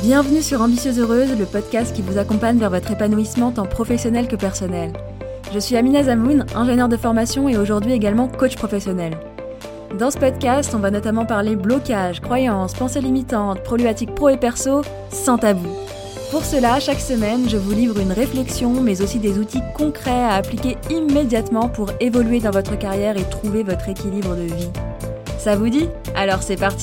Bienvenue sur Ambitieuse Heureuse, le podcast qui vous accompagne vers votre épanouissement tant professionnel que personnel. Je suis Amina Zamoun, ingénieure de formation et aujourd'hui également coach professionnel. Dans ce podcast, on va notamment parler blocage, croyances, pensées limitantes, problématiques pro et perso, sans tabou. Pour cela, chaque semaine, je vous livre une réflexion, mais aussi des outils concrets à appliquer immédiatement pour évoluer dans votre carrière et trouver votre équilibre de vie. Ça vous dit ? Alors c'est parti !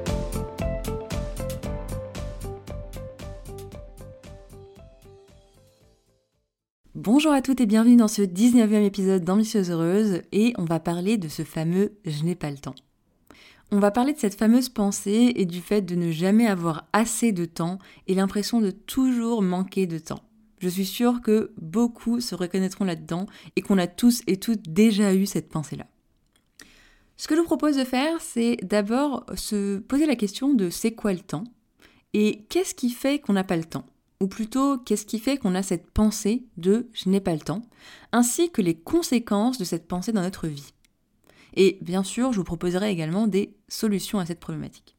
Bonjour à toutes et bienvenue dans ce 19e épisode d'Ambitieuse Heureuse et on va parler de ce fameux « je n'ai pas le temps ». On va parler de cette fameuse pensée et du fait de ne jamais avoir assez de temps et l'impression de toujours manquer de temps. Je suis sûre que beaucoup se reconnaîtront là-dedans et qu'on a tous et toutes déjà eu cette pensée-là. Ce que je vous propose de faire, c'est d'abord se poser la question de c'est quoi le temps et qu'est-ce qui fait qu'on n'a pas le temps ? Ou plutôt, qu'est-ce qui fait qu'on a cette pensée de « je n'ai pas le temps », ainsi que les conséquences de cette pensée dans notre vie. Et bien sûr, je vous proposerai également des solutions à cette problématique.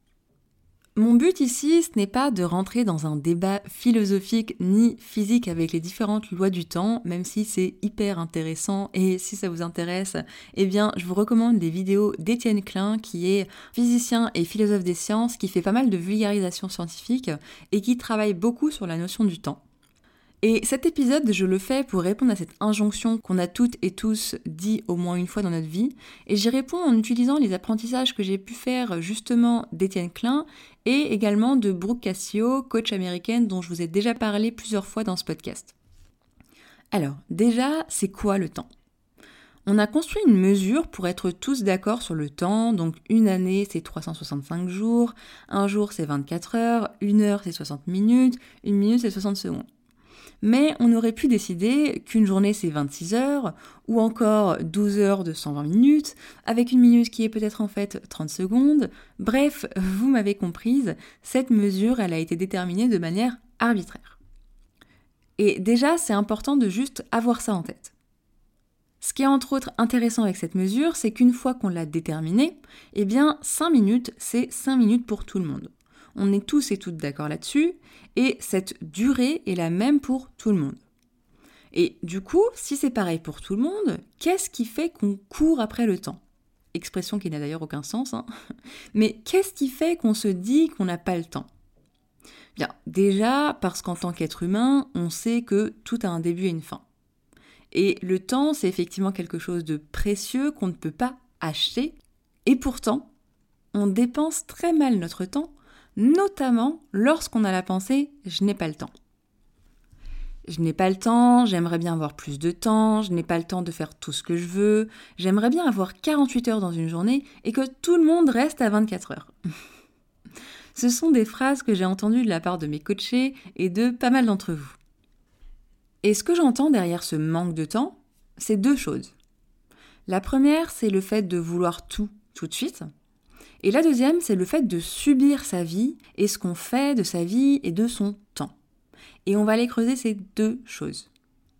Mon but ici, ce n'est pas de rentrer dans un débat philosophique ni physique avec les différentes lois du temps, même si c'est hyper intéressant et si ça vous intéresse, eh bien, je vous recommande les vidéos d'Étienne Klein, qui est physicien et philosophe des sciences, qui fait pas mal de vulgarisation scientifique et qui travaille beaucoup sur la notion du temps. Et cet épisode, je le fais pour répondre à cette injonction qu'on a toutes et tous dit au moins une fois dans notre vie, et j'y réponds en utilisant les apprentissages que j'ai pu faire justement d'Étienne Klein et également de Brooke Castillo, coach américaine dont je vous ai déjà parlé plusieurs fois dans ce podcast. Alors, déjà, c'est quoi le temps ? On a construit une mesure pour être tous d'accord sur le temps, donc une année c'est 365 jours, un jour c'est 24 heures, une heure c'est 60 minutes, une minute c'est 60 secondes. Mais on aurait pu décider qu'une journée c'est 26 heures, ou encore 12 heures de 120 minutes, avec une minute qui est peut-être en fait 30 secondes. Bref, vous m'avez comprise, cette mesure elle a été déterminée de manière arbitraire. Et déjà, c'est important de juste avoir ça en tête. Ce qui est entre autres intéressant avec cette mesure, c'est qu'une fois qu'on l'a déterminée, eh bien 5 minutes, c'est 5 minutes pour tout le monde. On est tous et toutes d'accord là-dessus, et cette durée est la même pour tout le monde. Et du coup, si c'est pareil pour tout le monde, qu'est-ce qui fait qu'on court après le temps ? Expression qui n'a d'ailleurs aucun sens, hein. Mais qu'est-ce qui fait qu'on se dit qu'on n'a pas le temps ? Bien, déjà, parce qu'en tant qu'être humain, on sait que tout a un début et une fin. Et le temps, c'est effectivement quelque chose de précieux qu'on ne peut pas acheter, et pourtant, on dépense très mal notre temps, notamment lorsqu'on a la pensée « je n'ai pas le temps ». Je n'ai pas le temps, j'aimerais bien avoir plus de temps, je n'ai pas le temps de faire tout ce que je veux, j'aimerais bien avoir 48 heures dans une journée et que tout le monde reste à 24 heures. Ce sont des phrases que j'ai entendues de la part de mes coachés et de pas mal d'entre vous. Et ce que j'entends derrière ce manque de temps, c'est deux choses. La première, c'est le fait de vouloir tout de suite. Et la deuxième, c'est le fait de subir sa vie et ce qu'on fait de sa vie et de son temps. Et on va aller creuser ces deux choses.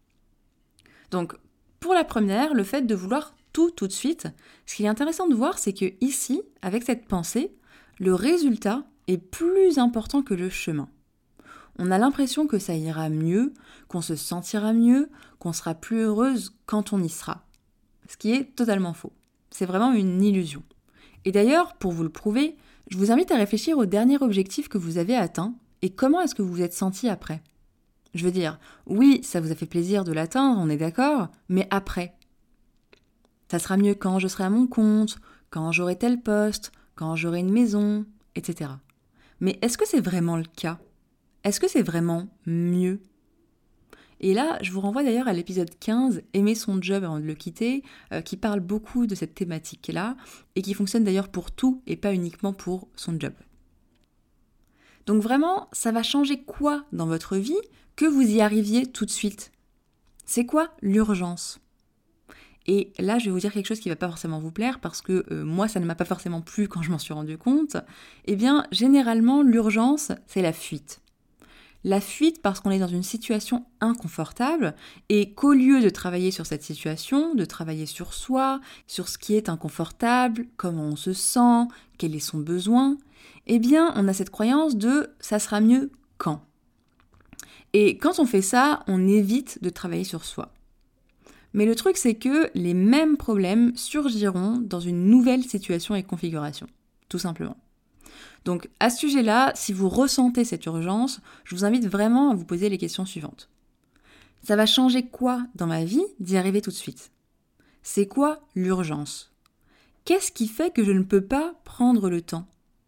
Donc, pour la première, le fait de vouloir tout de suite, ce qui est intéressant de voir, c'est que ici, avec cette pensée, le résultat est plus important que le chemin. On a l'impression que ça ira mieux, qu'on se sentira mieux, qu'on sera plus heureuse quand on y sera. Ce qui est totalement faux. C'est vraiment une illusion. Et d'ailleurs, pour vous le prouver, je vous invite à réfléchir au dernier objectif que vous avez atteint et comment est-ce que vous vous êtes senti après. Je veux dire, oui, ça vous a fait plaisir de l'atteindre, on est d'accord, mais après. Ça sera mieux quand je serai à mon compte, quand j'aurai tel poste, quand j'aurai une maison, etc. Mais est-ce que c'est vraiment le cas ? Est-ce que c'est vraiment mieux ? Et là, je vous renvoie d'ailleurs à l'épisode 15, « Aimer son job avant de le quitter », qui parle beaucoup de cette thématique-là, et qui fonctionne d'ailleurs pour tout et pas uniquement pour son job. Donc vraiment, ça va changer quoi dans votre vie que vous y arriviez tout de suite ? C'est quoi l'urgence ? Et là, je vais vous dire quelque chose qui ne va pas forcément vous plaire, parce que moi, ça ne m'a pas forcément plu quand je m'en suis rendu compte. Eh bien, généralement, l'urgence, c'est la fuite. La fuite parce qu'on est dans une situation inconfortable et qu'au lieu de travailler sur cette situation, de travailler sur soi, sur ce qui est inconfortable, comment on se sent, quel est son besoin, Eh bien, on a cette croyance de « ça sera mieux quand ». Et quand on fait ça, on évite de travailler sur soi. Mais le truc, c'est que les mêmes problèmes surgiront dans une nouvelle situation et configuration, tout simplement. Donc, à ce sujet-là, si vous ressentez cette urgence, je vous invite vraiment à vous poser les questions suivantes. Ça va changer quoi dans ma vie d'y arriver tout de suite ? C'est quoi l'urgence ? Qu'est-ce qui fait que je ne peux pas prendre le temps ?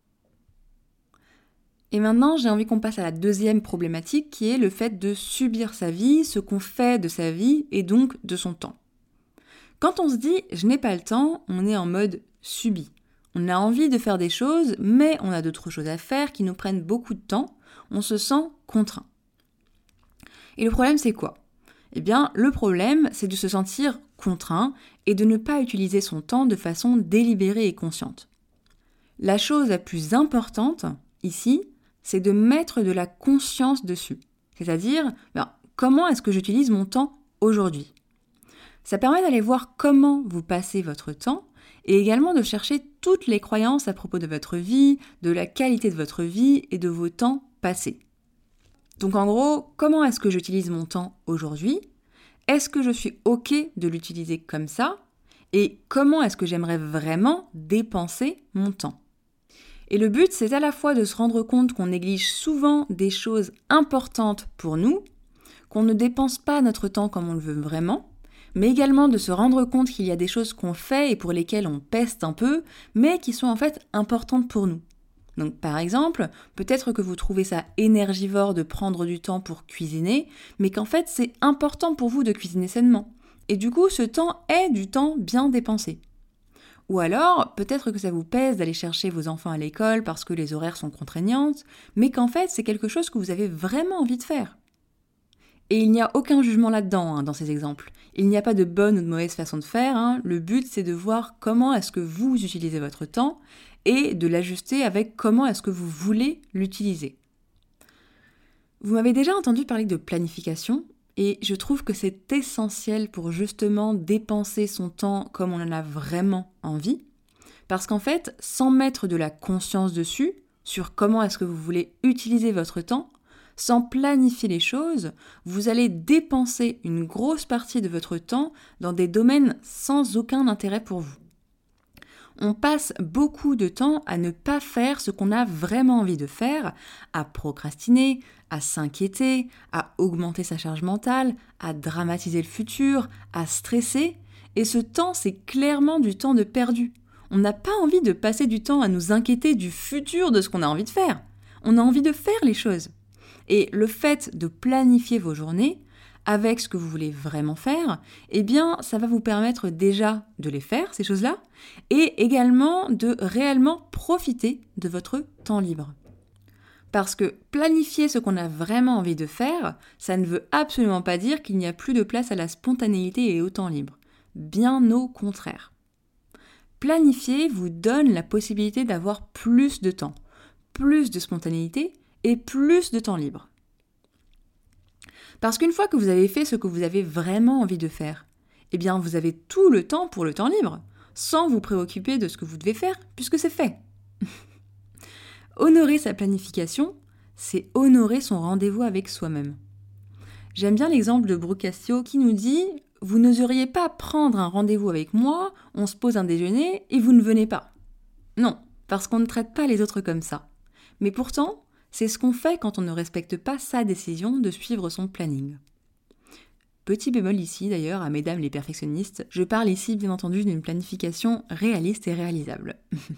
Et maintenant, j'ai envie qu'on passe à la deuxième problématique qui est le fait de subir sa vie, ce qu'on fait de sa vie et donc de son temps. Quand on se dit « je n'ai pas le temps », on est en mode subi. On a envie de faire des choses, mais on a d'autres choses à faire qui nous prennent beaucoup de temps. On se sent contraint. Et le problème, c'est quoi ? Eh bien, le problème, c'est de se sentir contraint et de ne pas utiliser son temps de façon délibérée et consciente. La chose la plus importante, ici, c'est de mettre de la conscience dessus. C'est-à-dire, comment est-ce que j'utilise mon temps aujourd'hui ? Ça permet d'aller voir comment vous passez votre temps et également de chercher toutes les croyances à propos de votre vie, de la qualité de votre vie et de vos temps passés. Donc en gros, comment est-ce que j'utilise mon temps aujourd'hui ? Est-ce que je suis OK de l'utiliser comme ça ? Et comment est-ce que j'aimerais vraiment dépenser mon temps ? Et le but, c'est à la fois de se rendre compte qu'on néglige souvent des choses importantes pour nous, qu'on ne dépense pas notre temps comme on le veut vraiment, mais également de se rendre compte qu'il y a des choses qu'on fait et pour lesquelles on peste un peu, mais qui sont en fait importantes pour nous. Donc par exemple, peut-être que vous trouvez ça énergivore de prendre du temps pour cuisiner, mais qu'en fait c'est important pour vous de cuisiner sainement. Et du coup, ce temps est du temps bien dépensé. Ou alors, peut-être que ça vous pèse d'aller chercher vos enfants à l'école parce que les horaires sont contraignantes, mais qu'en fait c'est quelque chose que vous avez vraiment envie de faire. Et il n'y a aucun jugement là-dedans, dans ces exemples. Il n'y a pas de bonne ou de mauvaise façon de faire. Le but, c'est de voir comment est-ce que vous utilisez votre temps et de l'ajuster avec comment est-ce que vous voulez l'utiliser. Vous m'avez déjà entendu parler de planification et je trouve que c'est essentiel pour justement dépenser son temps comme on en a vraiment envie. Parce qu'en fait, sans mettre de la conscience dessus, sur comment est-ce que vous voulez utiliser votre temps, sans planifier les choses, vous allez dépenser une grosse partie de votre temps dans des domaines sans aucun intérêt pour vous. On passe beaucoup de temps à ne pas faire ce qu'on a vraiment envie de faire, à procrastiner, à s'inquiéter, à augmenter sa charge mentale, à dramatiser le futur, à stresser, et ce temps, c'est clairement du temps de perdu. On n'a pas envie de passer du temps à nous inquiéter du futur de ce qu'on a envie de faire. On a envie de faire les choses. Et le fait de planifier vos journées avec ce que vous voulez vraiment faire, eh bien, ça va vous permettre déjà de les faire, ces choses-là, et également de réellement profiter de votre temps libre. Parce que planifier ce qu'on a vraiment envie de faire, ça ne veut absolument pas dire qu'il n'y a plus de place à la spontanéité et au temps libre. Bien au contraire. Planifier vous donne la possibilité d'avoir plus de temps, plus de spontanéité, et plus de temps libre. Parce qu'une fois que vous avez fait ce que vous avez vraiment envie de faire, eh bien vous avez tout le temps pour le temps libre, sans vous préoccuper de ce que vous devez faire, puisque c'est fait. Honorer sa planification, c'est honorer son rendez-vous avec soi-même. J'aime bien l'exemple de Brooke Castillo qui nous dit « Vous n'oseriez pas prendre un rendez-vous avec moi, on se pose un déjeuner et vous ne venez pas. » Non, parce qu'on ne traite pas les autres comme ça. Mais pourtant, c'est ce qu'on fait quand on ne respecte pas sa décision de suivre son planning. Petit bémol ici d'ailleurs à mesdames les perfectionnistes, je parle ici bien entendu d'une planification réaliste et réalisable.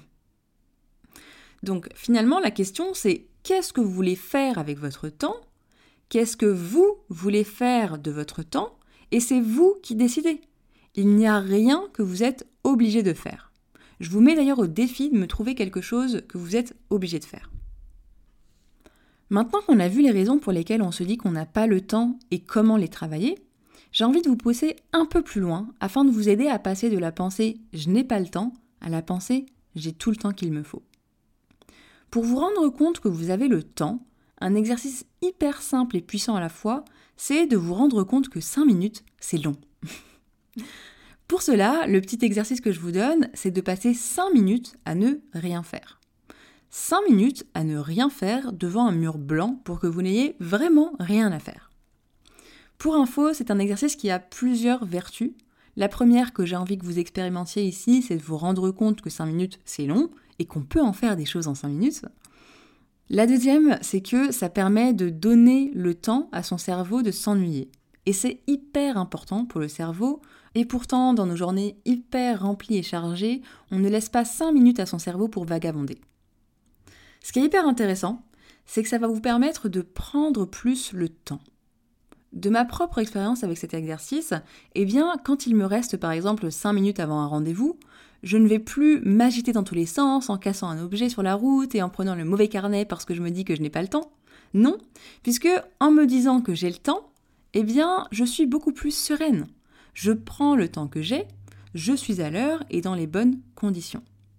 Donc finalement la question c'est qu'est-ce que vous voulez faire avec votre temps ? Qu'est-ce que vous voulez faire de votre temps ? Et c'est vous qui décidez. Il n'y a rien que vous êtes obligé de faire. Je vous mets d'ailleurs au défi de me trouver quelque chose que vous êtes obligé de faire. Maintenant qu'on a vu les raisons pour lesquelles on se dit qu'on n'a pas le temps et comment les travailler, j'ai envie de vous pousser un peu plus loin afin de vous aider à passer de la pensée « je n'ai pas le temps » à la pensée « j'ai tout le temps qu'il me faut ». Pour vous rendre compte que vous avez le temps, un exercice hyper simple et puissant à la fois, c'est de vous rendre compte que 5 minutes, c'est long. Pour cela, le petit exercice que je vous donne, c'est de passer 5 minutes à ne rien faire. 5 minutes à ne rien faire devant un mur blanc pour que vous n'ayez vraiment rien à faire. Pour info, c'est un exercice qui a plusieurs vertus. La première que j'ai envie que vous expérimentiez ici, c'est de vous rendre compte que 5 minutes, c'est long et qu'on peut en faire des choses en 5 minutes. La deuxième, c'est que ça permet de donner le temps à son cerveau de s'ennuyer. Et c'est hyper important pour le cerveau. Et pourtant, dans nos journées hyper remplies et chargées, on ne laisse pas 5 minutes à son cerveau pour vagabonder. Ce qui est hyper intéressant, c'est que ça va vous permettre de prendre plus le temps. De ma propre expérience avec cet exercice, eh bien, quand il me reste par exemple 5 minutes avant un rendez-vous, je ne vais plus m'agiter dans tous les sens en cassant un objet sur la route et en prenant le mauvais carnet parce que je me dis que je n'ai pas le temps. Non, puisque en me disant que j'ai le temps, eh bien, je suis beaucoup plus sereine. Je prends le temps que j'ai, je suis à l'heure et dans les bonnes conditions.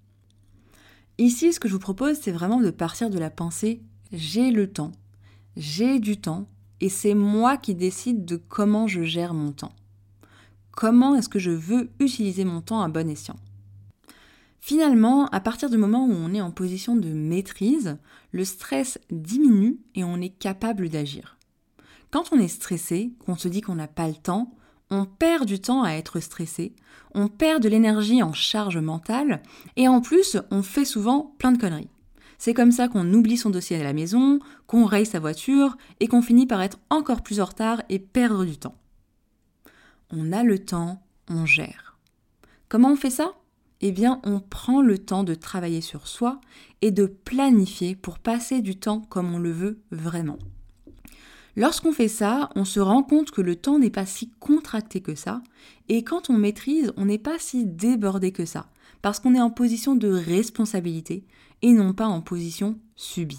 Ici, ce que je vous propose, c'est vraiment de partir de la pensée « j'ai le temps, j'ai du temps et c'est moi qui décide de comment je gère mon temps. Comment est-ce que je veux utiliser mon temps à bon escient ?» Finalement, à partir du moment où on est en position de maîtrise, le stress diminue et on est capable d'agir. Quand on est stressé, qu'on se dit qu'on n'a pas le temps, on perd du temps à être stressé, on perd de l'énergie en charge mentale et en plus, on fait souvent plein de conneries. C'est comme ça qu'on oublie son dossier à la maison, qu'on raye sa voiture et qu'on finit par être encore plus en retard et perdre du temps. On a le temps, on gère. Comment on fait ça ? Eh bien, on prend le temps de travailler sur soi et de planifier pour passer du temps comme on le veut vraiment. Lorsqu'on fait ça, on se rend compte que le temps n'est pas si contracté que ça, et quand on maîtrise, on n'est pas si débordé que ça, parce qu'on est en position de responsabilité et non pas en position subie.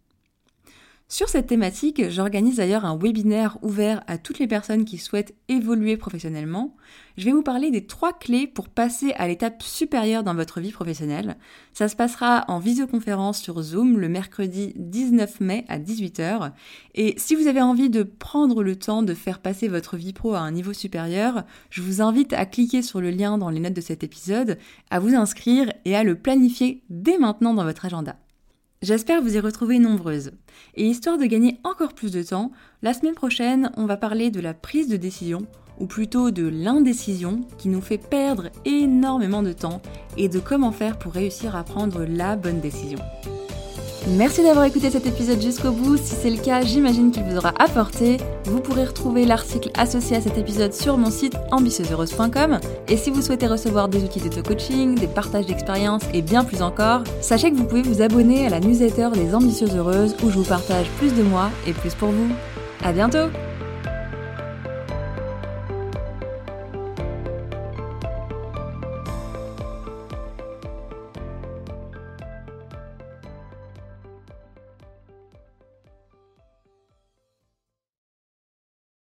Sur cette thématique, j'organise d'ailleurs un webinaire ouvert à toutes les personnes qui souhaitent évoluer professionnellement. Je vais vous parler des 3 clés pour passer à l'étape supérieure dans votre vie professionnelle. Ça se passera en visioconférence sur Zoom le mercredi 19 mai à 18h. Et si vous avez envie de prendre le temps de faire passer votre vie pro à un niveau supérieur, je vous invite à cliquer sur le lien dans les notes de cet épisode, à vous inscrire et à le planifier dès maintenant dans votre agenda. J'espère vous y retrouver nombreuses. Et histoire de gagner encore plus de temps, la semaine prochaine, on va parler de la prise de décision, ou plutôt de l'indécision qui nous fait perdre énormément de temps et de comment faire pour réussir à prendre la bonne décision. Merci d'avoir écouté cet épisode jusqu'au bout. Si c'est le cas, j'imagine qu'il vous aura apporté. Vous pourrez retrouver l'article associé à cet épisode sur mon site ambitieuseheureuse.com. Et si vous souhaitez recevoir des outils d'auto-coaching, des partages d'expériences et bien plus encore, sachez que vous pouvez vous abonner à la newsletter des Ambitieuses Heureuses où je vous partage plus de moi et plus pour vous. À bientôt!